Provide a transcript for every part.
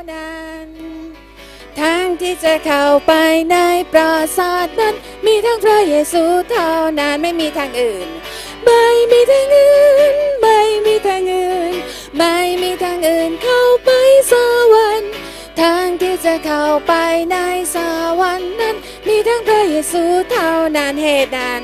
นั้นทางที่จะเข้าไปในปราสาทนั้นมีทั้งพระเยซูเท่านั้นไม่มีทางอื่นไม่มีทางอื่นไม่มีทางอื่นไม่มีทางอื่นเข้าไปสวรรค์ทางที่จะเข้าไปในสวรรค์นั้นมีทั้งพระเยซูเท่านั้นเหตุนั้น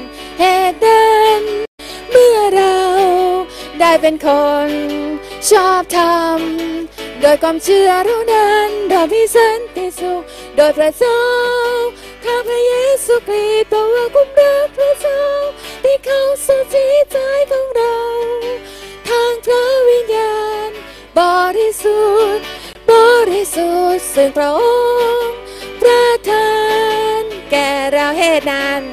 เมื่อเราได้เป็นคนชอบธรรมโดยความเชื่อเรานั้นเรามีสันติสุขโดยพระเจ้าข้าพระเยซูคริสต์บอกว่าคุ้มรักพระเจ้าได้เข้าสู่จิตใจของเราทางพระวิญญาณบริสุทธิ์ซึ่งพระองค์ประทานแก่เราเหตุนั้น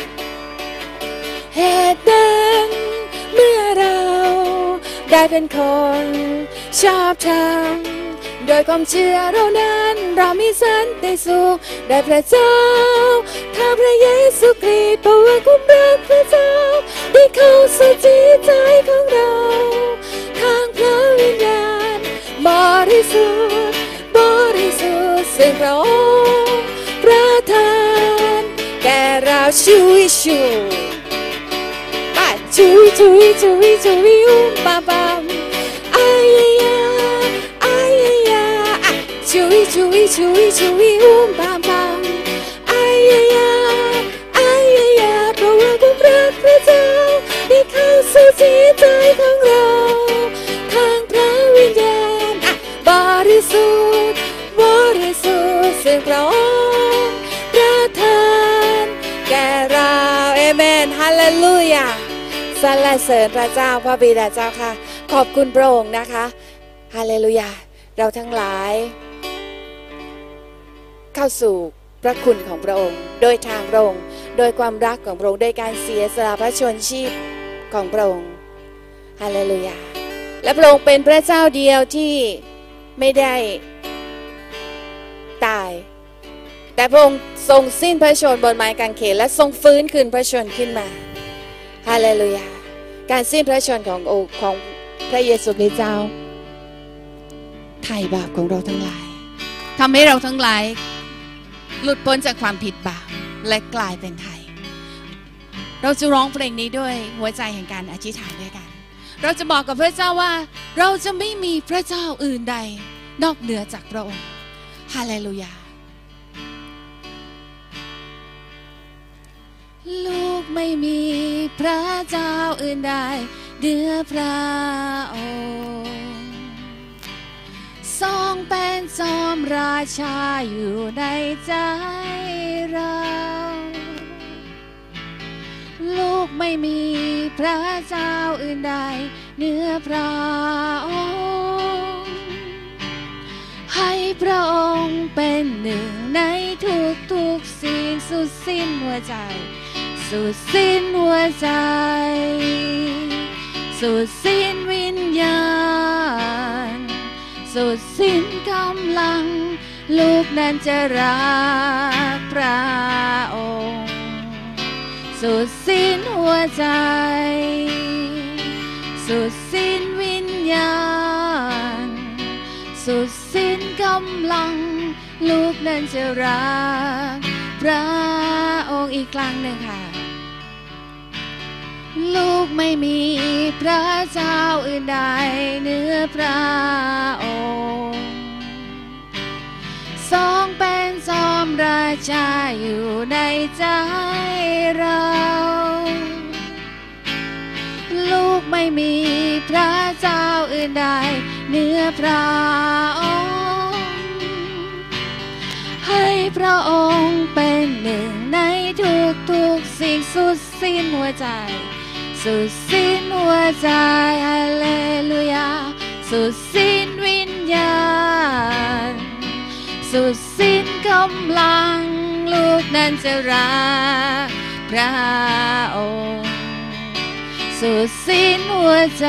เมื่อเราได้เป็นคนชอบธรรมโดยความเชื่อเรานั้นเรามีสันติสุขได้พระเจ้าข้าพระเยซูคริสต์บอกว่าคุ้มรักพระเจ้าได้เข้าสู่จิตใจของเราทางพระวิญญาณบริสุทธิ์ซึ่งพระองค์ประทานแก่เราช่วยปะปามอายายาช่วยปะปามอายาเพราะว่าคุ้มรักพระเจ้าได้เข้าสู่จิตใจของเราทางพระวิญญาณบริสุทธิ์ซึ่งพระองค์ประทานแก่เราเอเมนฮาเลลูยาสรรเสริญพระเจ้าพระบิดาเจ้าค่ะขอบคุณพระองค์นะคะฮาเลลูยาเราทั้งหลายเข้าสู่พระคุณของพระองค์โดยทางพระองค์โดยความรักของพระองค์โดยการเสียสละพระชนชีพของพระองค์ฮาเลลูยาและพระองค์เป็นพระเจ้าเดียวที่ไม่ได้ตายแต่พระองค์ทรงสิ้นพระชนม์บนไม้กางเขนและทรงฟื้นคืนพระชนม์ขึ้นมาฮาเลลูยาการสิ้นพระชนม์ของพระเยซูคริสต์เจ้าไถ่บาปของเราทั้งหลายทำให้เราทั้งหลายหลุดพ้นจากความผิดบาปและกลายเป็นไทยเราจะร้องเพลงนี้ด้วยหัวใจแห่งการอธิษฐานด้วยกันเราจะบอกกับพระเจ้าว่าเราจะไม่มีพระเจ้าอื่นใดนอกเหนือจากพระองค์ฮาเลลูยาลูกไม่มีพระเจ้าอื่นใดเหนือพระองค์ทรงเป็นจอมราชาอยู่ในใจเราลูกไม่มีพระเจ้าอื่นใดเหนือพระองค์ให้พระองค์เป็นหนึ่งในทุกสิ่งสุดสิ้นหัวใจสุดสิ้นหัวใจสุดสิ้นวิญญาณสุดสิ้นกำลังลูกนั้นจะรักพระองค์สุดสิ้นหัวใจสุดสิ้นวิญญาณสุดสิ้นกำลังลูกนั้นจะรักพระองค์อีกครั้งหนึ่งค่ะลูกไม่มีพระเจ้าอื่นใดเหนือพระองค์ทรงเป็นจอมราชาอยู่ในใจเราลูกไม่มีพระเจ้าอื่นใดเหนือพระองค์ให้พระองค์เป็นหนึ่งในทุกสิ่งสุดสิ้นหัวใจสุดสิ้นหัวใจฮาเลลูยาสุดสิ้นวิญญาณสุดสิ้นกำลังลูกนั้นจะรักพระองค์สุดสิ้นหัวใจ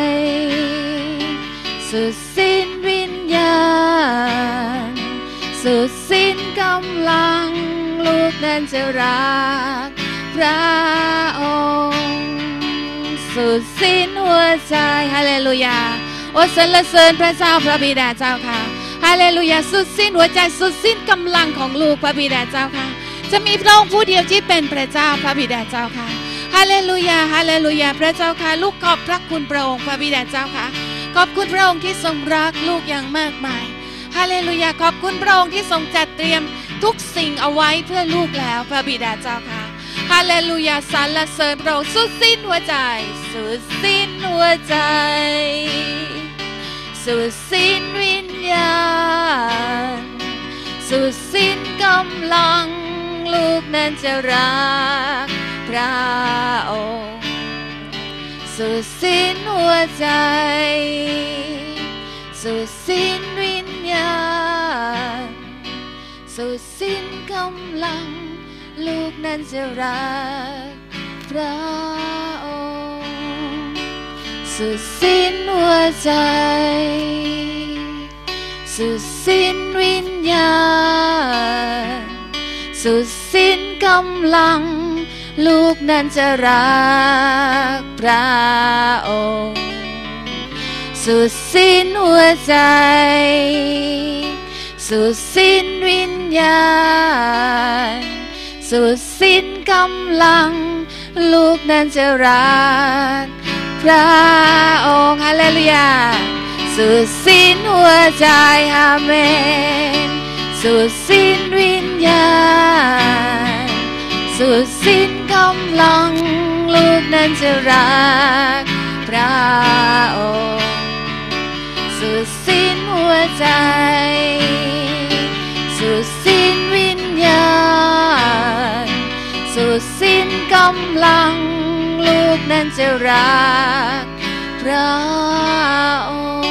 สุดสิ้นวิญญาณสุดสิ้นกำลังลูกนั้นจะรักพระองค์สุดสิ้นหัวใจฮาเลลูยาโอ้สรรเสริญพระเจ้าพระบิดาเจ้าค่ะฮาเลลูยาสุดสิ้นหัวใจสุดสิ้นกำลังของลูกพระบิดาเจ้าค่ะจะมีพระองค์ผู้เดียวที่เป็นพระเจ้าพระบิดาเจ้าค่ะฮาเลลูยาฮาเลลูยาพระเจ้าค่ะลูกขอบพระคุณพระองค์พระบิดาเจ้าค่ะขอบคุณพระองค์ที่ทรงรักลูกอย่างมากมายฮาเลลูยาขอบคุณพระองค์ที่ทรงจัดเตรียมทุกสิ่งเอาไว้เพื่อลูกแล้วพระบิดาเจ้าค่ะฮาเลลูยาสรรเสริญพระองค์สุดสิ้นหัวใจสุดสิ้นหัวใจสุดสิ้นวิญญาณสุดสิ้นกำลังลูกนั้นจะรักพระองค์สุดสิ้นหัวใจสุดสิ้นวิญญาณสุดสิ้นกำลังลูกนั้นจะรักพระองค์สุดสิ้นหัวใจสุดสิ้นวิญญาณสุดสิ้นกำลังลูกนั้นจะรักพระองค์สุดสิ้นหัวใจสุดสิ้นวิญญาณสุดสิ้นกำลังลูกนั้นจะรักพระองค์ฮาเลลูยาสุดสิ้นหัวใจอาเมนสุดสิ้นวิญญาณสุดสิ้นกำลังลูกนั้นจะรักพระองค์สุดสิ้นหัวใจสุดสิ้นวิญญาณสุดสิ้นกำลังลูกนั้นจะรักพระอง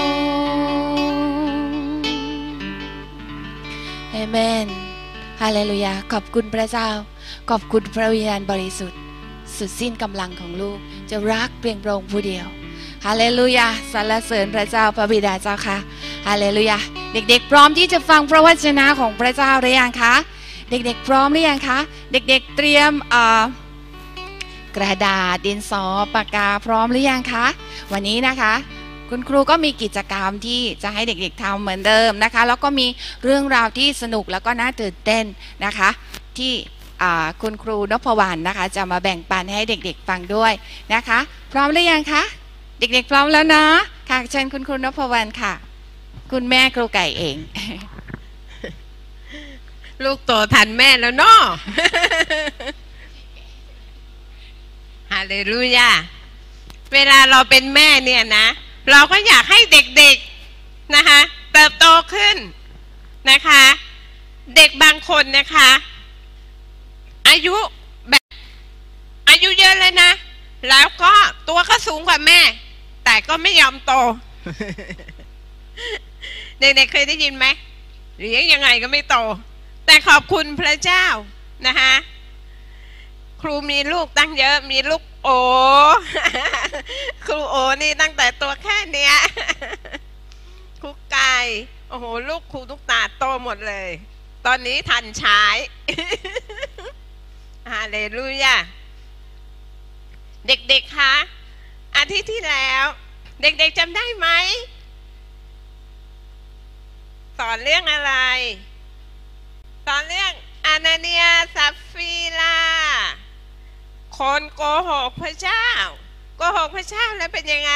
ค์เอเมนฮาเลลูยาขอบคุณพระเจ้าขอบคุณพระวิญญาณบริสุทธิ์สุดสิ้นกำลังของลูกจะรักเพียงพระองค์ผู้เดียวฮาเลลูยาสรรเสริญพระเจ้าพระบิดาเจ้าค่ะฮาเลลูยาเด็กๆพร้อมที่จะฟังพระวจนะของพระเจ้าหรือยังคะเด็กๆพร้อมหรือยังคะเด็กๆเตรียมกระดาษดินสอปากกาพร้อมหรือยังคะวันนี้นะคะคุณครูก็มีกิจกรรมที่จะให้เด็กๆทำเหมือนเดิมนะคะแล้วก็มีเรื่องราวที่สนุกแล้วก็น่าตื่นเต้นนะคะที่คุณครูนพวรรณนะคะจะมาแบ่งปันให้เด็กๆฟังด้วยนะคะพร้อมหรือยังคะเด็กๆพร้อมแล้วนะค่ะเชิญคุณครูนพวรรณค่ะคุณแม่ครูไก่เองลูกโตทันแม่แล้วเนาะฮาเลลูยาเวลาเราเป็นแม่เนี่ยนะเราก็อยากให้เด็กๆนะคะเติบโตขึ้นนะคะเด็กบางคนนะคะอายุเยอะเลยนะแล้วก็ตัวก็สูงกว่าแม่แต่ก็ไม่ยอมโตเด็กๆเคยได้ยินไหมเลี้ยงยังไงก็ไม่โตแต่ขอบคุณพระเจ้านะคะครูมีลูกตั้งเยอะมีลูกโอครูโอนี่ตั้งแต่ตัวแค่เนี้ยครูกายโอ้โหลูกครูทุกตาโตหมดเลยตอนนี้ทันฉายฮาเลลูยาเด็กๆคะอาทิตย์ที่แล้วเด็กๆจำได้ไหมสอนเรื่องอะไรสอนเรื่องอานาเนียซัฟฟีลาคนโกหกพระเจ้าโกหกพระเจ้าแล้วเป็นยังไง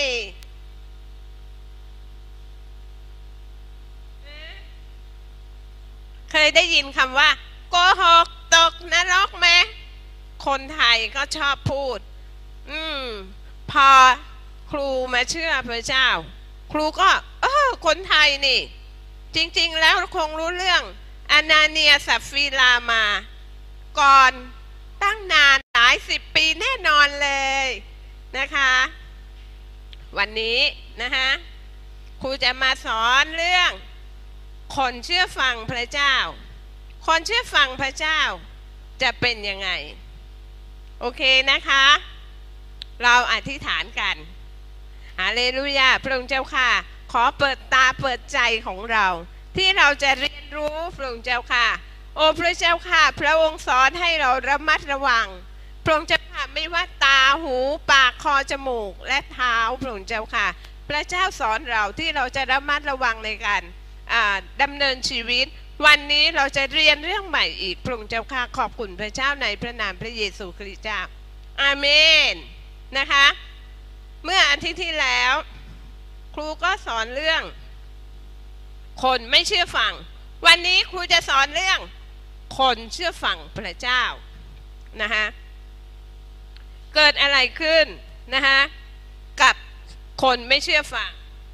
เคยได้ยินคำว่าโกหกตกนรกไหมคนไทยก็ชอบพูดพอครูมาเชื่อพระเจ้าครูก็คนไทยนี่จริงๆแล้วคงรู้เรื่องอานาเนียซัฟฟีลามาก่อนตั้งนานหลาย10 ปีแน่นอนเลยนะคะวันนี้นะคะครูจะมาสอนเรื่องคนเชื่อฟังพระเจ้าคนเชื่อฟังพระเจ้าจะเป็นยังไงโอเคนะคะเราอธิษฐานกันฮาเลลูยาพระองค์เจ้าค่ะขอเปิดตาเปิดใจของเราที่เราจะเรียนรู้พระองค์เจ้าค่ะโอ้พระเจ้าค่ะพระองค์สอนให้เราระมัดระวังพระองค์เจ้าค่ะไม่ว่าตาหูปากคอจมูกและเท้าพระองค์เจ้าค่ะพระเจ้าสอนเราที่เราจะระมัดระวังในการดำเนินชีวิตวันนี้เราจะเรียนเรื่องใหม่อีกพระองค์เจ้าข้าขอบคุณพระเจ้าในพระนามพระเยซูคริสต์เจ้าอาเมนนะคะเมื่ออาทิตย์ที่แล้วครูก็สอนเรื่องคนไม่เชื่อฟังวันนี้ครูจะสอนเรื่องคนเชื่อฟังพระเจ้านะคะเกิดอะไรขึ้นนะคะกับคนไม่เชื่อฟัง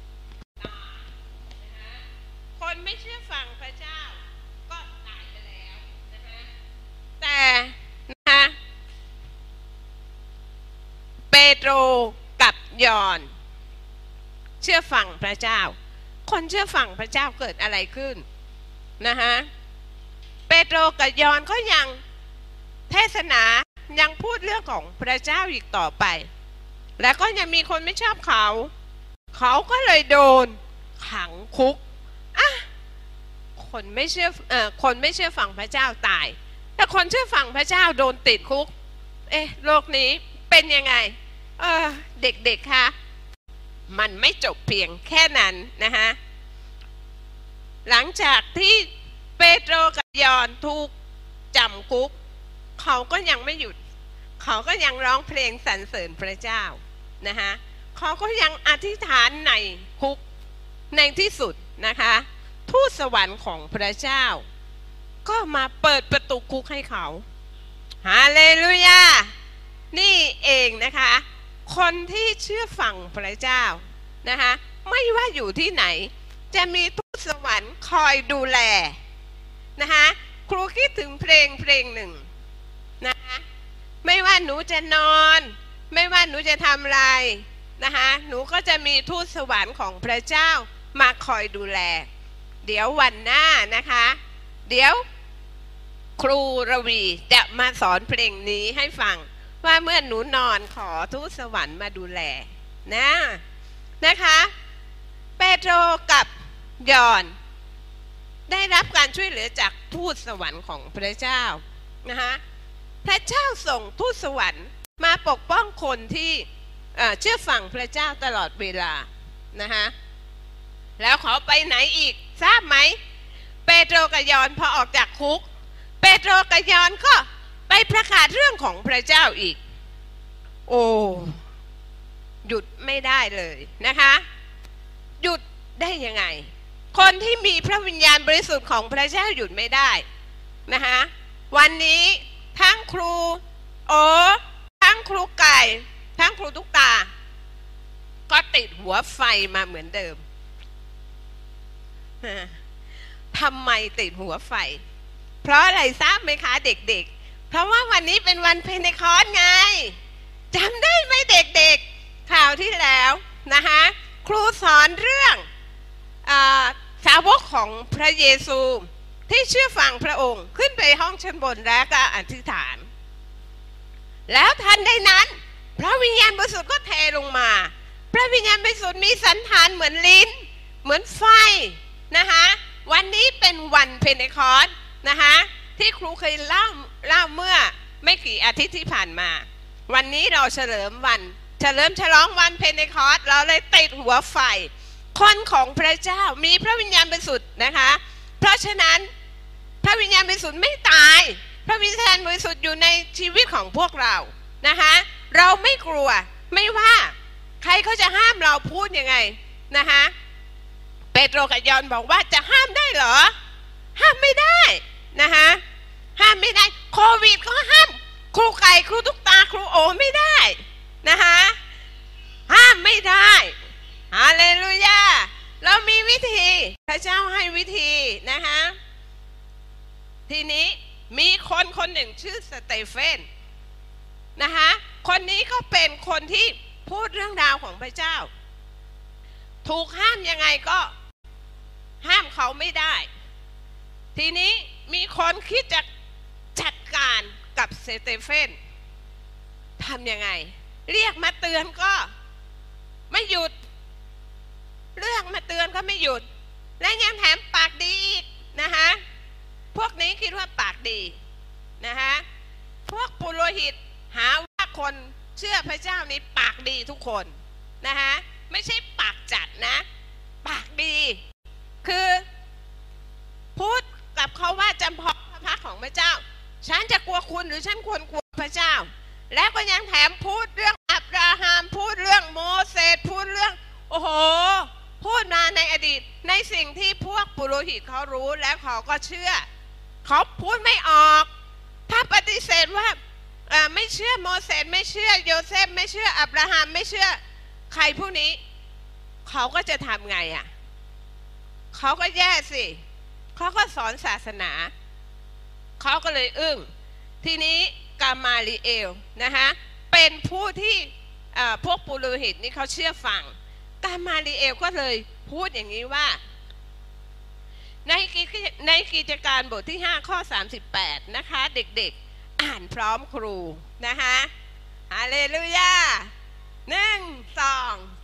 คนไม่เชื่อฟังพระเจ้าก็ตายไปแล้วนะคะแต่นะคะเปโตรกับยอห์นเชื่อฟังพระเจ้าคนเชื่อฟังพระเจ้าเกิดอะไรขึ้นนะคะเปโตรกับยอห์นก็ยังเทศนายังพูดเรื่องของพระเจ้าอีกต่อไปแล้วก็ยังมีคนไม่ชอบเขาก็เลยโดนขังคุกคนไม่เชื่อฟังพระเจ้าตายแต่คนเชื่อฟังพระเจ้าโดนติดคุกโลกนี้เป็นยังไงเด็กๆคะมันไม่จบเพียงแค่นั้นนะคะหลังจากที่เปโตรกับยอห์นถูกจำคุกเขาก็ยังไม่หยุดเขาก็ยังร้องเพลงสรรเสริญพระเจ้านะคะเขาก็ยังอธิษฐานในคุกในที่สุดนะคะทูตสวรรค์ของพระเจ้าก็มาเปิดประตูคุกให้เขาฮาเลลูยานี่เองนะคะคนที่เชื่อฟังพระเจ้านะคะไม่ว่าอยู่ที่ไหนจะมีทูตสวรรค์คอยดูแลนะคะครูคิดถึงเพลงหนึ่งนะคะไม่ว่าหนูจะนอนไม่ว่าหนูจะทำอะไรนะคะหนูก็จะมีทูตสวรรค์ของพระเจ้ามาคอยดูแลเดี๋ยววันหน้านะคะเดี๋ยวครูระวีจะมาสอนเพลงนี้ให้ฟังว่าเมื่อหนูนอนขอทูตสวรรค์มาดูแลนะคะเปโตรกับยอห์นได้รับการช่วยเหลือจากทูตสวรรค์ของพระเจ้านะคะพระเจ้าส่งทูตสวรรค์มาปกป้องคนที่เชื่อฟังพระเจ้าตลอดเวลานะคะแล้วเขาไปไหนอีกทราบไหมเปโตรกับยอห์นพอออกจากคุกเปโตรกับยอห์นก็ไปประกาศเรื่องของพระเจ้าอีกโอ้หยุดไม่ได้เลยนะคะหยุดได้ยังไงคนที่มีพระวิญญาณบริสุทธิ์ของพระเจ้าหยุดไม่ได้นะคะวันนี้ทั้งครูทั้งครูไก่ทั้งครูตุ๊กตาก็ติดหัวไฟมาเหมือนเดิมทำไมติดหัวไฟเพราะอะไรทราบไหมคะเด็กๆเพราะว่าวันนี้เป็นวันเพนเทคอสต์ไงจำได้ไหมเด็กๆข่าวที่แล้วนะคะครูสอนเรื่องสาวกของพระเยซูที่เชื่อฟังพระองค์ขึ้นไปห้องชั้นบนแล้วก็อธิษฐานแล้วทันใดนั้นพระวิญญาณบริสุทธิ์ก็เทลงมาพระวิญญาณบริสุทธิ์มีสันฐานเหมือนลิ้นเหมือนไฟนะคะวันนี้เป็นวันเพนเทคอสต์นะคะที่ครูเคยเล่าเมื่อไม่กี่อาทิตย์ที่ผ่านมาวันนี้เราเฉลิมฉลองวันเพนเทคอสต์เราเลยติดหัวไฟคนของพระเจ้ามีพระวิญญาณบริสุทธิ์นะคะเพราะฉะนั้นพระวิญญาณบริสุทธิ์ไม่ตายพระวิญญาณบริสุทธิ์อยู่ในชีวิตของพวกเรานะคะเราไม่กลัวไม่ว่าใครเขาจะห้ามเราพูดยังไงนะคะเปโตรกับยอห์นบอกว่าจะห้ามได้เหรอห้ามไม่ได้นะคะห้ามไม่ได้โควิดก็ห้ามครูไก่ครูตุ๊กตาครูโอไม่ได้นะคะห้ามไม่ได้ฮาเลลูยาเรามีวิธีพระเจ้าให้วิธีนะคะทีนี้มีคนหนึ่งชื่อสเตเฟนนะคะคนนี้ก็เป็นคนที่พูดเรื่องราวของพระเจ้าถูกห้ามยังไงก็ห้ามเขาไม่ได้ทีนี้มีคนคิดจะจัดการกับสเตเฟนทำยังไงเรียกมาเตือนก็ไม่หยุดเรื่องมาเตือนก็ไม่หยุดและยังแถมปากดีอีกนะคะพวกนี้คิดว่าปากดีนะคะพวกปุโรหิตหาว่าคนเชื่อพระเจ้านี้ปากดีทุกคนนะคะไม่ใช่ปากจัดนะปากดีคือพูดกับเขาว่าจำเพาะพระพักของพระเจ้าฉันจะกลัวคุณหรือฉันควรกลัวพระเจ้าแล้วก็ยังแถมพูดเรื่องอับราฮัมพูดเรื่องโมเสสพูดเรื่องโอ้โหพูดมาในอดีตในสิ่งที่พวกปุโรหิตเขารู้แล้วเขาก็เชื่อเขาพูดไม่ออกถ้าปฏิเสธว่าไม่เชื่อโมเสสไม่เชื่อโยเซฟไม่เชื่ออับราฮัมไม่เชื่อใครผู้นี้เขาก็จะทำไงอ่ะเขาก็แย่สิเขาก็สอนศาสนาเขาก็เลยอึ้งทีนี้กามาลีเอลนะคะเป็นผู้ที่พวกปุโรหิตนี่เขาเชื่อฟังกามาลีเอลก็เลยพูดอย่างนี้ว่าในกิจการบทที่5ข้อ38นะคะเด็กๆอ่านพร้อมครูนะคะฮาเลลูยา1 2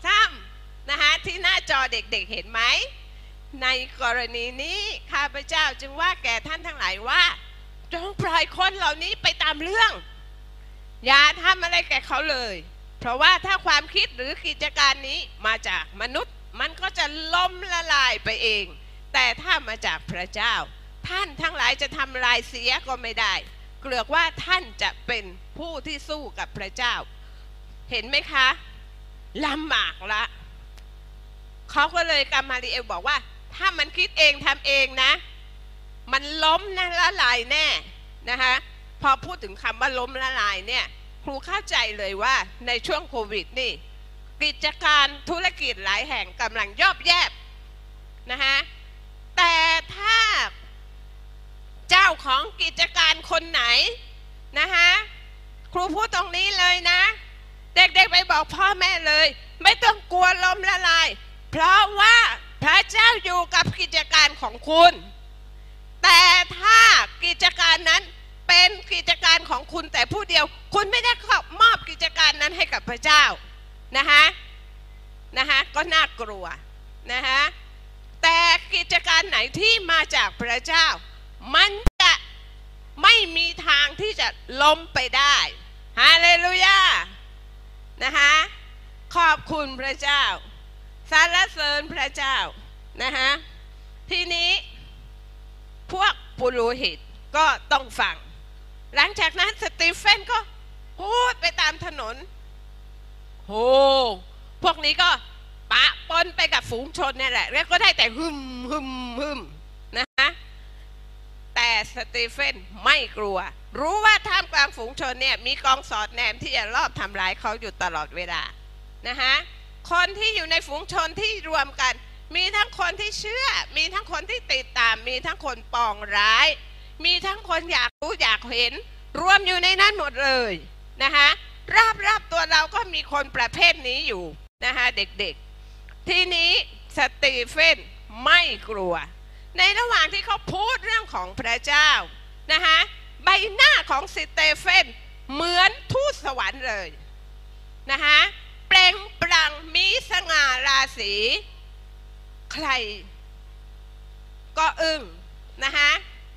3นะคะที่หน้าจอเด็กๆเห็นไหมในกรณีนี้ข้าพเจ้าจึงว่าแก่ท่านทั้งหลายว่าจงปล่อยคนเหล่านี้ไปตามเรื่องอย่าทำอะไรแก่เขาเลยเพราะว่าถ้าความคิดหรือกิจการนี้มาจากมนุษย์มันก็จะล้มละลายไปเองแต่ถ้ามาจากพระเจ้าท่านทั้งหลายจะทำลายเสียก็ไม่ได้เกลือกว่าท่านจะเป็นผู้ที่สู้กับพระเจ้าเห็นไหมคะลำบากละเขาก็เลยกามาลีเอลบอกว่าถ้ามันคิดเองทำเองนะมันล้มนะละลายแน่นะคะพอพูดถึงคำว่าล้มละลายเนี่ยครูเข้าใจเลยว่าในช่วงโควิดนี่กิจการธุรกิจหลายแห่งกำลังย่อแย่นะคะแต่ถ้าเจ้าของกิจการคนไหนนะคะครูพูดตรงนี้เลยนะเด็กๆไปบอกพ่อแม่เลยไม่ต้องกลัวล้มละลายเพราะว่าพระเจ้าอยู่กับกิจการของคุณแต่ถ้ากิจการนั้นเป็นกิจการของคุณแต่ผู้เดียวคุณไม่ได้มอบกิจการนั้นให้กับพระเจ้านะคะก็น่ากลัวนะคะแต่กิจการไหนที่มาจากพระเจ้ามันจะไม่มีทางที่จะล้มไปได้ฮาเลลูยานะคะขอบคุณพระเจ้าสรรเสริญพระเจ้านะคะทีนี้พวกปุโรหิตก็ต้องฟังหลังจากนั้นสตีเฟนก็พูดไปตามถนนโอ้พวกนี้ก็ปะปนไปกับฝูงชนเนี่ยแหละแล้วก็ได้แต่ฮึมนะคะแต่สตีเฟนไม่กลัวรู้ว่าท่ามกลางฝูงชนเนี่ยมีกองสอดแนมที่จะลอบทำร้ายเขาอยู่ตลอดเวลานะคะคนที่อยู่ในฝูงชนที่รวมกันมีทั้งคนที่เชื่อมีทั้งคนที่ติดตามมีทั้งคนปองร้ายมีทั้งคนอยากรู้อยากเห็นรวมอยู่ในนั้นหมดเลยนะคะรอบตัวเราก็มีคนประเภทนี้อยู่นะคะเด็กๆทีนี้สตีเฟนไม่กลัวในระหว่างที่เขาพูดเรื่องของพระเจ้านะคะใบหน้าของสตีเฟนเหมือนทูตสวรรค์เลยนะคะเปล่งปลั่งมีสง่าราศีใครก็อึ้งนะคะ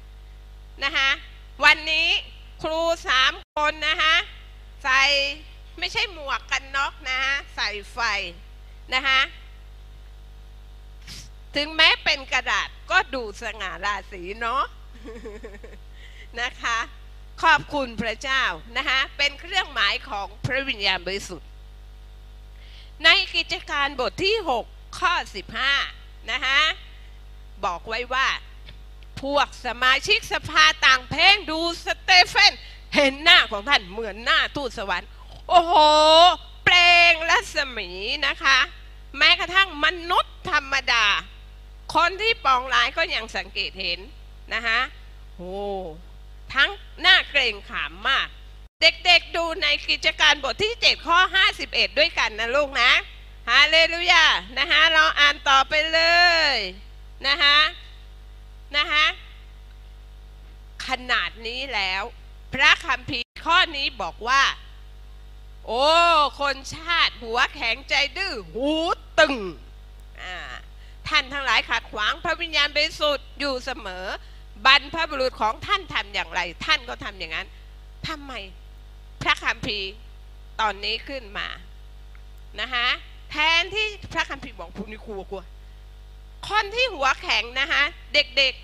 วันนี้ครู3 คนนะคะใส่ไม่ใช่หมวกกันน็อกนะใส่ไฟนะคะถึงแม้เป็นกระดาษก็ดูสง่าราศีเนาะ นะคะขอบคุณพระเจ้านะคะเป็นเครื่องหมายของพระวิญญาณบริสุทธิ์ในกิจการบทที่6ข้อ15นะคะบอกไว้ว่าพวกสมาชิกสภาต่างเพ่งดูสเตเฟนเห็นหน้าของท่านเหมือนหน้าทูตสวรรค์โอ้โหเปล่งรัศมีนะคะแม้กระทั่งมนุษย์ธรรมดาคนที่ปองร้ายก็ยังสังเกตเห็นนะคะโอ้ทั้งหน้าเกรงขามมากเด็กๆดูในกิจการบทที่7ข้อ51ด้วยกันนะลูกนะฮาเลลูยานะคะเราอ่านต่อไปเลยนะคะขนาดนี้แล้วพระคัมภีร์ข้อนี้บอกว่าโอ้คนชาติหัวแข็งใจดื้อหูตึงท่านทั้งหลายขัดขวางพระวิญญาณบริสุทธิ์อยู่เสมอบรรพบุรุษของท่านทำอย่างไรท่านก็ทำอย่างนั้นทำไมพระคัมภีร์ตอนนี้ขึ้นมานะคะแทนที่พระคัมภีร์บอกผู้นี้กลัวคนที่หัวแข็งนะคะเด็กๆ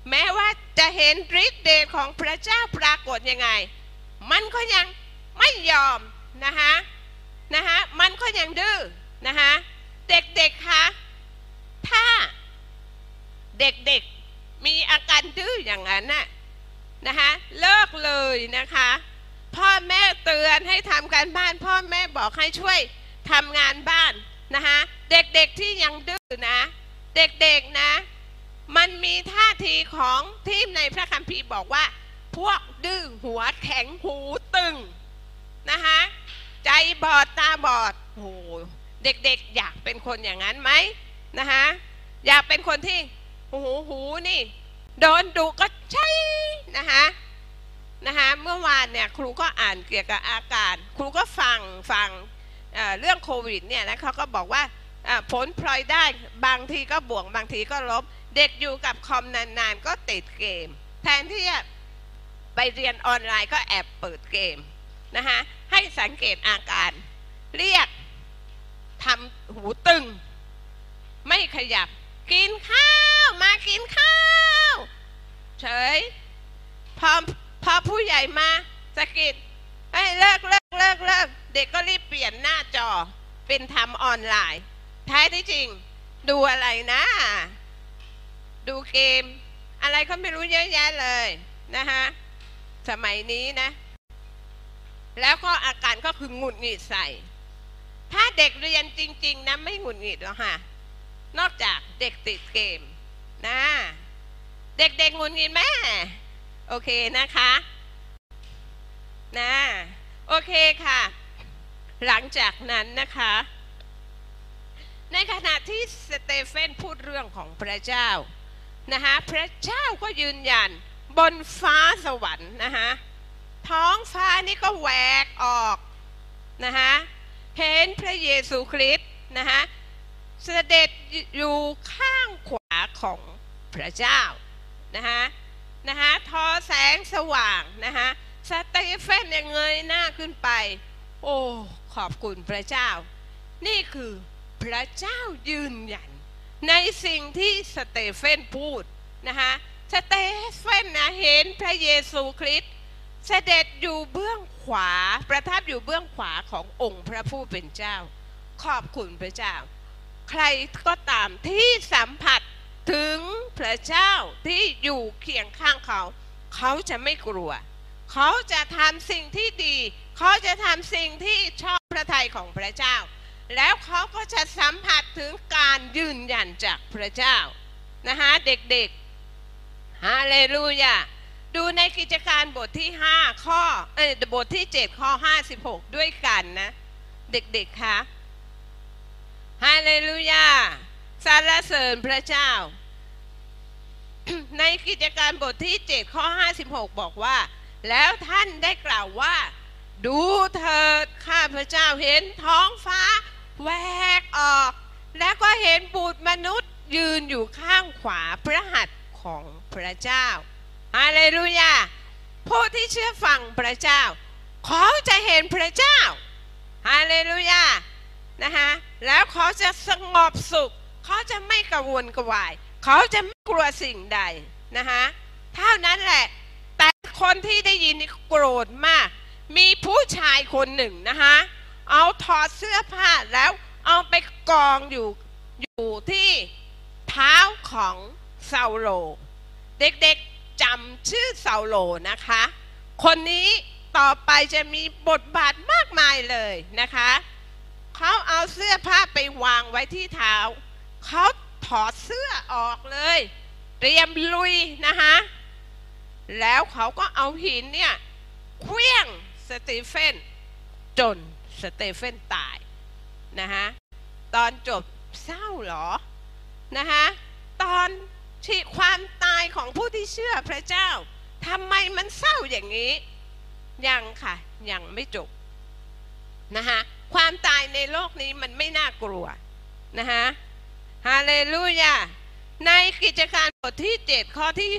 แม้ว่าจะเห็นฤทธิ์เดชของพระเจ้าปรากฏยังไงมันก็ยังไม่ยอมนะคะมันก็ยังดื้อนะคะเด็กๆคะถ้าเด็กๆมีอาการดื้ออย่างนั้นนะคะเลิกเลยนะคะพ่อแม่เตือนให้ทำการบ้านพ่อแม่บอกให้ช่วยทำงานบ้านนะคะเด็กๆที่ยังดื้อนะเด็กๆนะมันมีท่าทีของที่ในพระคัมภีร์บอกว่าพวกดื้อหัวแข็งหูตึงนะคะใจบอดตาบอดโอ้เด็กๆอยากเป็นคนอย่างนั้นไหมนะคะอยากเป็นคนที่หูนี่โดนดุก็ใช่นะคะเมื่อวานเนี่ยครูก็อ่านเกี่ยวกับอาการครูก็ฟังเรื่องโควิดเนี่ยนะเขาก็บอกว่าผลพลอยได้บางทีก็บวกบางทีก็ลบเด็กอยู่กับคอมนานๆก็ติดเกมแทนที่จะไปเรียนออนไลน์ก็แอบเปิดเกมนะคะให้สังเกตอาการเรียกทำหูตึงไม่ขยับกินข้าวมากินข้าวเฉยพอผู้ใหญ่มาสะกิดให้เลิกเด็กก็รีบเปลี่ยนหน้าจอเป็นทำออนไลน์แท้ที่จริงดูอะไรนะดูเกมอะไรก็ไม่รู้เยอะแยะเลยนะคะสมัยนี้นะแล้วก็อาการก็คือหงุดหงิดใส่ถ้าเด็กเรียนจริงๆนะไม่หงุดหงิดหรอกค่ะนอกจากเด็กติดเกมนะเด็กๆหงุดหงิดไหมโอเคนะคะนะโอเคค่ะหลังจากนั้นนะคะในขณะที่สเตเฟนพูดเรื่องของพระเจ้านะคะพระเจ้าก็ยืนยันบนฟ้าสวรรค์นะคะท้องฟ้านี่ก็แหวกออกนะคะเห็นพระเยซูคริสต์นะคะเสด็จอยู่ข้างขวาของพระเจ้านะคะทอแสงสว่างนะคะสเตเฟนเนี่ยเงยหน้าขึ้นไปโอ้ขอบคุณพระเจ้านี่คือพระเจ้ายืนยันในสิ่งที่สเตเฟนพูดนะคะสเตเฟนนะเห็นพระเยซูคริสต์เสด็จอยู่เบื้องขวาประทับอยู่เบื้องขวาขององค์พระผู้เป็นเจ้าขอบคุณพระเจ้าใครก็ตามที่สัมผัสถึงพระเจ้าที่อยู่เคียงข้างเขาจะไม่กลัวเขาจะทำสิ่งที่ดีเขาจะทำสิ่งที่ชอบพระทัยของพระเจ้าแล้วเขาก็จะสัมผัสถึงการยืนยันจากพระเจ้านะคะเด็กๆฮาเลลูยาดูในกิจการบทที่5ข้อบทที่7ข้อ56ด้วยกันนะเด็กๆคะฮาเลลูยาสรรเสริญพระเจ้า ในกิจการบทที่7ข้อ56บอกว่าแล้วท่านได้กล่าวว่าดูเถิดข้าพระเจ้าเห็นท้องฟ้าแหวกออกแล้วก็เห็นบุตรมนุษย์ยืนอยู่ข้างขวาพระหัตถ์ของพระเจ้าฮาเลลูยาผู้ที่เชื่อฟังพระเจ้าเขาจะเห็นพระเจ้าฮาเลลูยานะคะแล้วเขาจะสงบสุขเขาจะไม่กระวนกระวายเขาจะไม่กลัวสิ่งใดนะคะเท่านั้นแหละแต่คนที่ได้ยินนี่โกรธมากมีผู้ชายคนหนึ่งนะคะเอาถอดเสื้อผ้าแล้วเอาไปกองอยู่ที่เท้าของซาโลเด็กๆจำชื่อซาโลนะคะคนนี้ต่อไปจะมีบทบาทมากมายเลยนะคะเขาเอาเสื้อผ้าไปวางไว้ที่เท้าเขาถอดเสื้อออกเลยเตรียมลุยนะคะแล้วเขาก็เอาหินเนี่ยเคลื่องสเตเฟนจนสเตเฟนตายนะคะตอนจบเศร้าหรอนะคะตอนที่ความตายของผู้ที่เชื่อพระเจ้าทำไมมันเศร้าอย่างนี้ยังค่ะยังไม่จบนะคะความตายในโลกนี้มันไม่น่ากลัวนะคะฮาเลลูยาในกิจการบทที่7ข้อที่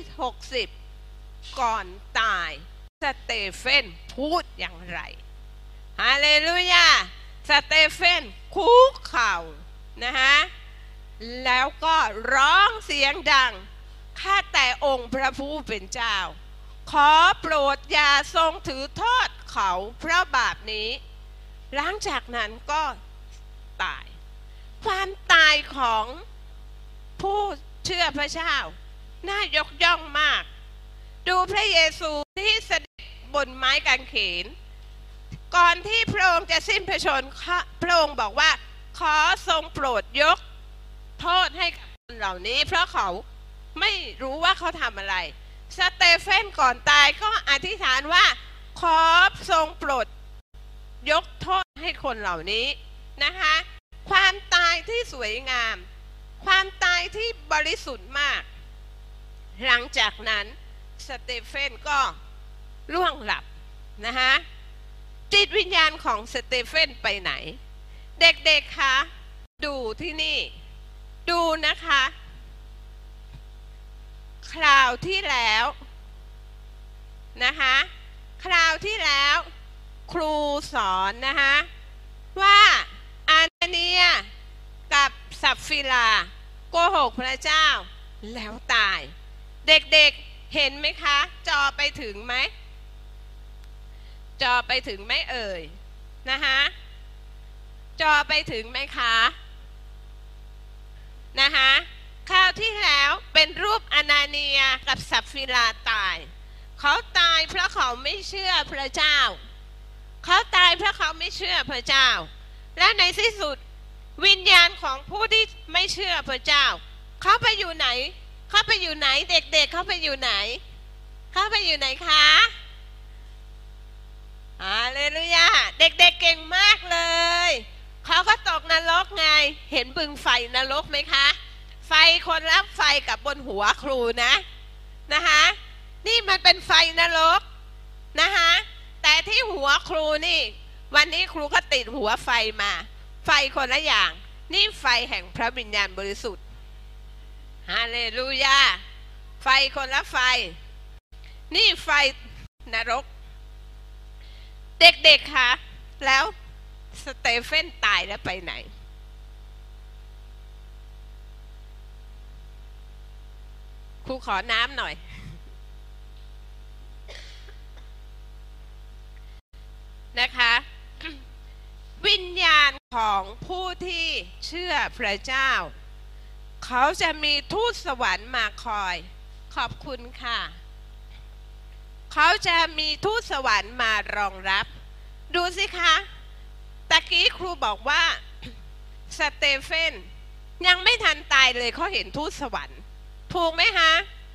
60ก่อนตายสเตเฟนพูดอย่างไรฮาเลลูยาสเตเฟนคุกเข่านะคะแล้วก็ร้องเสียงดังข้าแต่องค์พระผู้เป็นเจ้าขอโปรดอย่าทรงถือโทษเขาเพราะบาปนี้หลังจากนั้นก็ตายความตายของผู้เชื่อพระเจ้าน่ายกย่องมากดูพระเยซูที่เสด็จบนไม้กางเขนก่อนที่พระองค์จะสิ้นพระชนม์พระองค์บอกว่าขอทรงโปรดยกโทษให้กับคนเหล่านี้เพราะเขาไม่รู้ว่าเขาทำอะไรสเตเฟนก่อนตายก็อธิษฐานว่าขอทรงโปรดยกโทษให้คนเหล่านี้นะคะความตายที่สวยงามความตายที่บริสุทธิ์มากหลังจากนั้นสเตเฟนก็ล่วงหลับนะคะจิตวิญญาณของสเตเฟนไปไหนเด็กๆคะดูที่นี่ดูนะคะคราวที่แล้วนะคะคราวที่แล้วครูสอนนะคะว่าอานาเนียกับสัปฟิราโกหกพระเจ้าแล้วตายเด็กๆเห็นไหมคะจอไปถึงไหมจอไปถึงไหมเอ่ยนะคะจอไปถึงไหมคะนะคะคราวที่แล้วเป็นรูปอานาเนียกับสัปฟิราตายเขาตายเพราะเขาไม่เชื่อพระเจ้าเขาตายเพราะเขาไม่เชื่อพระเจ้าและในที่สุดวิญญาณของผู้ที่ไม่เชื่อพระเจ้าเขาไปอยู่ไหนเขาไปอยู่ไหนเด็กๆเขาไปอยู่ไหนเขาไปอยู่ไหนคะฮาเลลูยาเด็กๆเก่งมากเลยเขาก็ตกนรกไงเห็นบึงไฟนรกไหมคะไฟคนรับไฟกับบนหัวครูนะคะนี่มันเป็นไฟนรกนะคะแต่ที่หัวครูนี่วันนี้ครูก็ติดหัวไฟมาไฟคนละอย่างนี่ไฟแห่งพระวิญญาณบริสุทธิ์ฮาเลลูยาไฟคนละไฟนี่ไฟนรกเด็กๆคะแล้วสเตเฟนตายแล้วไปไหนครูขอน้ำหน่อยนะคะวิญญาณของผู้ที่เชื่อพระเจ้าเขาจะมีทูตสวรรค์มาคอยขอบคุณค่ะเขาจะมีทูตสวรรค์มารองรับดูสิคะตะกี้ครูบอกว่าสเตเฟนยังไม่ทันตายเลยเขาเห็นทูตสวรรค์ถูกไหมคะ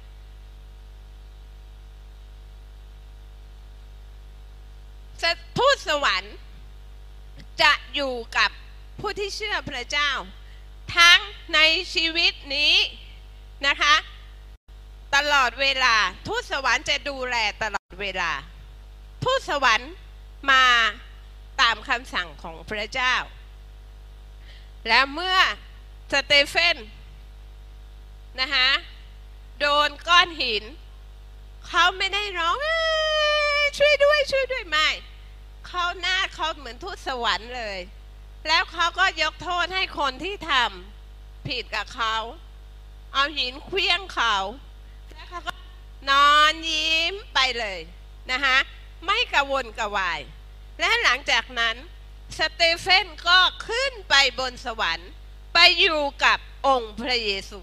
ทูตสวรรค์จะอยู่กับผู้ที่เชื่อพระเจ้าทั้งในชีวิตนี้นะคะตลอดเวลาทูตสวรรค์จะดูแลตลอดเวลาทูตสวรรค์มาตามคำสั่งของพระเจ้าและเมื่อสเตเฟนนะคะโดนก้อนหินเขาไม่ได้ร้องช่วยด้วยช่วยด้วยไม่เขาหน้าเขาเหมือนทูตสวรรค์เลยแล้วเขาก็ยกโทษให้คนที่ทำผิดกับเขาเอาหินเคลี้ยงเขาแล้วเขาก็นอนยิ้มไปเลยนะคะไม่กระวนกระวายและหลังจากนั้นสเตเฟนก็ขึ้นไปบนสวรรค์ไปอยู่กับองค์พระเยซู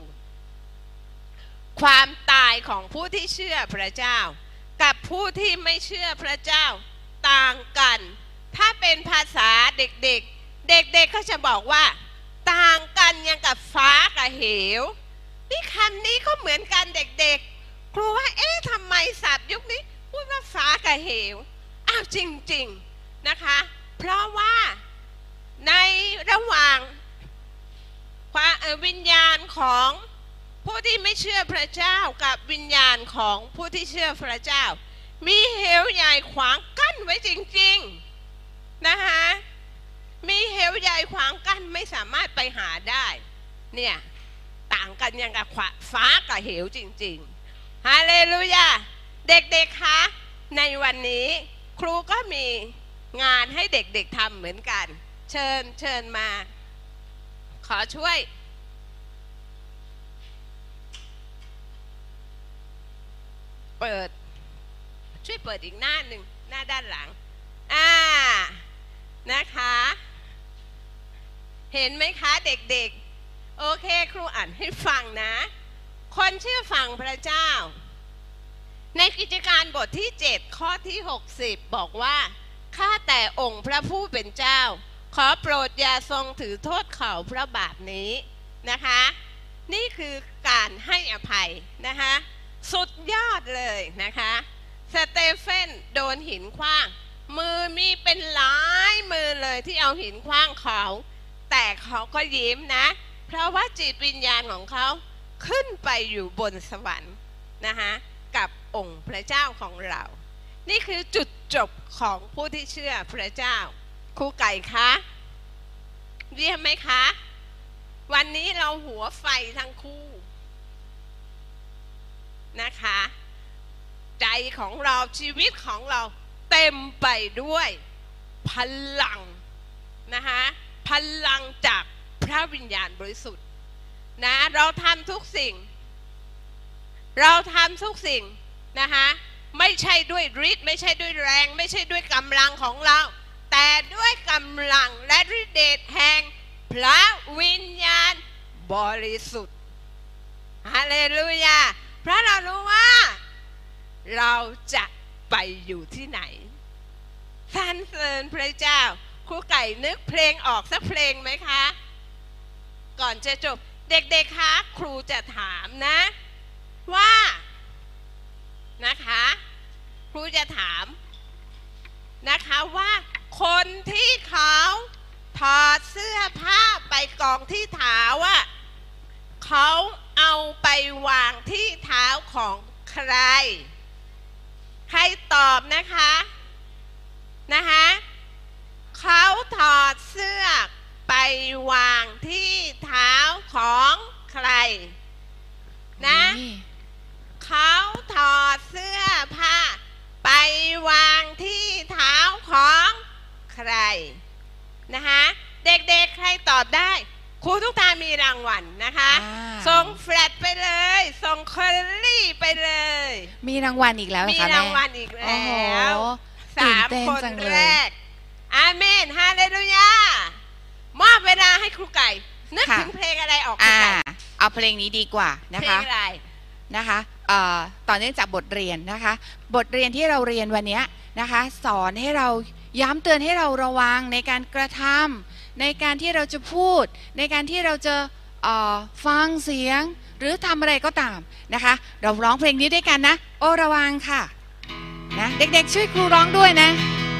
ความตายของผู้ที่เชื่อพระเจ้ากับผู้ที่ไม่เชื่อพระเจ้าต่างกันถ้าเป็นภาษาเด็กๆเขาจะบอกว่าต่างกันยังกับฟ้ากับเหวนี่คำนี้ก็เหมือนกันเด็กๆครูว่าทำไมศัพท์ยุคนี้พูดว่าฟ้ากับเหวอ้าวจริงๆนะคะเพราะว่าในระหว่างวิญญาณของผู้ที่ไม่เชื่อพระเจ้ากับวิญญาณของผู้ที่เชื่อพระเจ้ามีเหวใหญ่ขวางกั้นไว้จริงๆนะคะมีเหวใหญ่ขวางกั้นไม่สามารถไปหาได้เนี่ยต่างกันยังกับฟ้ากับเหวจริงๆฮาเลลูยาเด็กๆคะในวันนี้ครูก็มีงานให้เด็กๆทำเหมือนกันเชิญมาขอช่วยช่วยเปิดอีกหน้าหนึ่งหน้าด้านหลังนะคะ เห็นไหมคะเด็กๆโอเคครูอ่านให้ฟังนะคนเชื่อฟังพระเจ้าในกิจการบทที่7ข้อที่60บอกว่าข้าแต่องค์พระผู้เป็นเจ้าขอโปรดอย่าทรงถือโทษเขาพระบาปนี้นะคะนี่คือการให้อภัยนะคะสุดยอดเลยนะคะสเตเฟนโดนหินขว้างมือมีเป็นหลายมือเลยที่เอาหินขว้างเขาแต่เขาก็ยิ้มนะเพราะว่าจิตวิญญาณของเขาขึ้นไปอยู่บนสวรรค์นะคะกับองค์พระเจ้าของเรานี่คือจุดจบของผู้ที่เชื่อพระเจ้าครูไก่คะเยี่ยมไหมคะวันนี้เราหัวไฟทั้งคู่นะคะใจของเราชีวิตของเราเต็มไปด้วยพลังนะคะพลังจากพระวิญญาณบริสุทธิ์นะเราทำทุกสิ่งนะคะไม่ใช่ด้วยฤทธิ์ไม่ใช่ด้วยแรงไม่ใช่ด้วยกำลังของเราแต่ด้วยกำลังและฤทธิ์เดชแห่งพระวิญญาณบริสุทธิ์ฮาเลลูยาเพราะเรารู้ว่าเราจะไปอยู่ที่ไหนสรรเสริญพระเจ้าครูไก่นึกเพลงออกสักเพลงไหมคะก่อนจะจบเด็กๆคะครูจะถามนะว่านะคะครูจะถามนะคะว่าคนที่เขาถอดเสื้อผ้าไปกองที่เท้าอะเขาเอาไปวางที่เท้าของใครตอบนะคะเขาถอดเสื้อไปวางที่เท้าของใครนะเขาถอดเสื้อผ้าไปวางที่เท้าของใครนะคะเด็กๆใครตอบได้ครูทุกตามีรางวัลนะคะส่งแฟลชไปเลยส่งคอลลี่ไปเลยมีรางวัลอีกแล้วมีรางวัลอีกแล้ว3 คนแรกอาเมนฮาเลลูยามอบเวลาให้ครูไก่นึกถึงเพลงอะไรออกครูไก่เอาเพลงนี้ดีกว่านะคะเพลงอะไรนะคะต่อเนื่องจากบทเรียนนะคะบทเรียนที่เราเรียนวันนี้นะคะสอนให้เราย้ำเตือนให้เราระวังในการกระทำในการที่เราจะพูดในการที่เราจะฟังเสียงหรือทำอะไรก็ตามนะคะเราร้องเพลงนี้ด้วยกันนะโอ้ระวังค่ะนะเด็กๆช่วยครูร้องด้วยนะ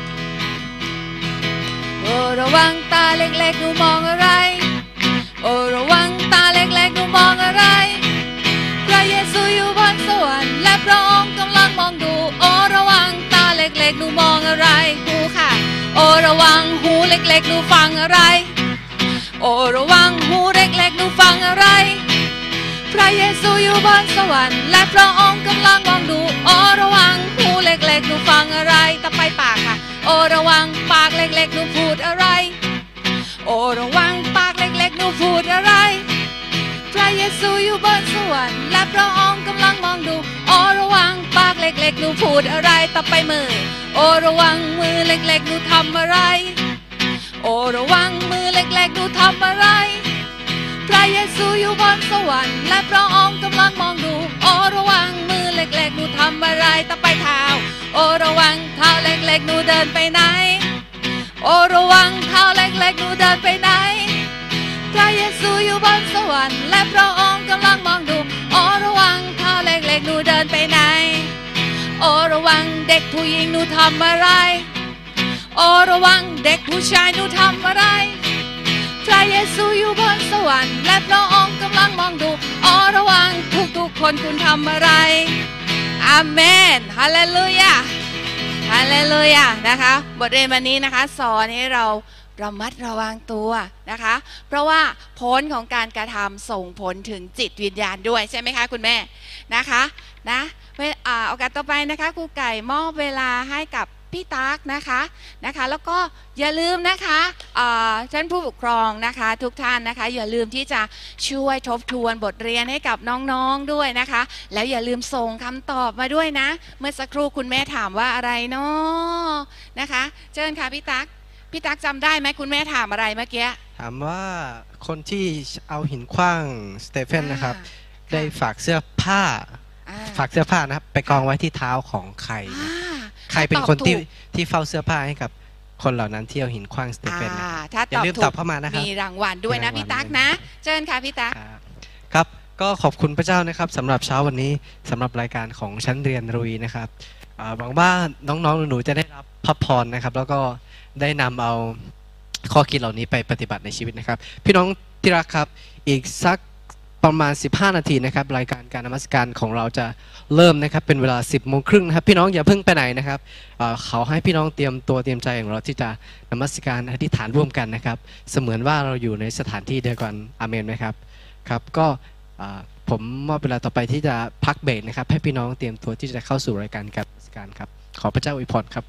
โอ้ระวังตาเล็กๆดูมองอะไรโอ้ระวังตาเล็กๆดูมองอะไรพระเยซูอยู่บนสวรรค์และพระองค์กำลังมองดูโอ้ระวังตาเล็กๆดูมองอะไรหูค่ะโอ้ระวังหูเล็กๆดูฟังอะไรโอ้ระวังหูเล็กๆดูฟังอะไรพระเยซูอยู่บนสวรรค์และพระองค์กำลังมองดูโอ้ระวังหูเล็กๆดูฟังอะไรต่อไปปากค่ะโอ้ระวังปากเล็กๆดูพูดอะไรโอ้ระวังปากเล็กๆดูพูดอะไรพระเยซูอยู่บนสวรรค์และพระองค์กำลังมองดูโอ้ระวังปากเล็กๆดูพูดอะไรต่อไปมือโอ้ระวังมือเล็กๆดูทำอะไรโอ้ระวังมือเล็กๆดูทำอะไรพระเยซูอยู่บนสวรรค์และพระองค์กำลังมองดูโอ้ระวังมือเล็กๆดูทำอะไรต่อไปเท้าโอ้ระวังเท้าเล็กๆดูเดินไปไหนโอ้ระวังเท้าเล็กๆดูเดินไปไหนพระเยซูอยู่บนสวรรค์และพระองค์กำลังมองดูโอ้ระวังเท้าเล็กๆดูเดินไปไหนโอ้ระวังเด็กผู้หญิงดูทำอะไรโอ้ระวังเด็กผู้ชายดูทำอะไรพระเยซูอยู่บนสวรรค์และพระองค์กำลังมองดูโอ้ระวังทุกๆคนคุณทำอะไรอาเมนฮาเลลูยาฮาเลลูยานะคะบทเรียนวันนี้นะคะสอนให้เราระมัดระวังตัวนะคะเพราะว่าผลของการกระทำส่งผลถึงจิตวิญญาณด้วยใช่ไหมคะคุณแม่นะคะนะโอกาสต่อไปนะคะครูไก่มอบเวลาให้กับพี่ตั๊กนะคะแล้วก็อย่าลืมนะคะท่านผู้ปกครองนะคะทุกท่านนะคะอย่าลืมที่จะช่วยทบทวนบทเรียนให้กับน้องๆด้วยนะคะแล้วอย่าลืมส่งคำตอบมาด้วยนะเมื่อสักครู่คุณแม่ถามว่าอะไรเนาะนะคะเชิญค่ะพี่ตั๊กจำได้ไหมคุณแม่ถามอะไรเมื่อกี้ถามว่าคนที่เอาหินขว้างสเตเฟนนะครับได้ฝากเสื้อผ้านะครับไปกองไว้ที่เท้าของใครใครเป็นคนที่เฝ้าเสื้อผ้าให้กับคนเหล่านั้นที่เอาหินขว้างสเตเฟนอย่าลืมตอบเข้ามานะครับมีรางวัลด้วยนะพี่ตั๊กนะเชิญค่ะพี่ตั๊กครับก็ขอบคุณพระเจ้านะครับสำหรับเช้าวันนี้สำหรับรายการของชั้นเรียนรุยนะครับหวังว่าน้องๆหนูๆจะได้รับพระพรนะครับแล้วก็ได้นำเอาข้อคิดเหล่านี้ไปปฏิบัติในชีวิตนะครับพี่น้องที่รักครับอีกสักประมาณ15นาทีนะครับรายการการนมัสการของเราจะเริ่มนะครับเป็นเวลา 10:30 นะครับพี่น้องอย่าเพิ่งไปไหนนะครับเขาให้พี่น้องเตรียมตัวเตรียมใจของเราที่จะนมัสการอธิษฐานร่วมกันนะครับเสมือนว่าเราอยู่ในสถานที่เดียวกันอาเมนไหมครับครับก็ผมมอบเวลาต่อไปที่จะพักเบรกนะครับให้พี่น้องเตรียมตัวที่จะเข้าสู่รายการการนมัสการครับขอพระเจ้าอวยพรครับ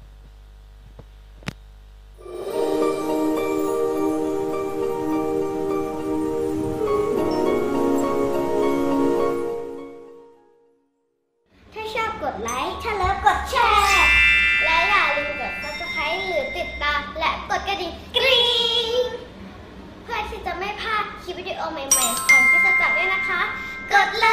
กดไลค์ถ้าเลิฟกดแชร์และอย่าลืมกด Subscribe หรือติดตามและกดกระดิ่งกรี๊งเพื่อที่จะไม่พลาดคลิปวิดีโอใหม่ๆของคริสตจักรด้วยนะคะกดเลย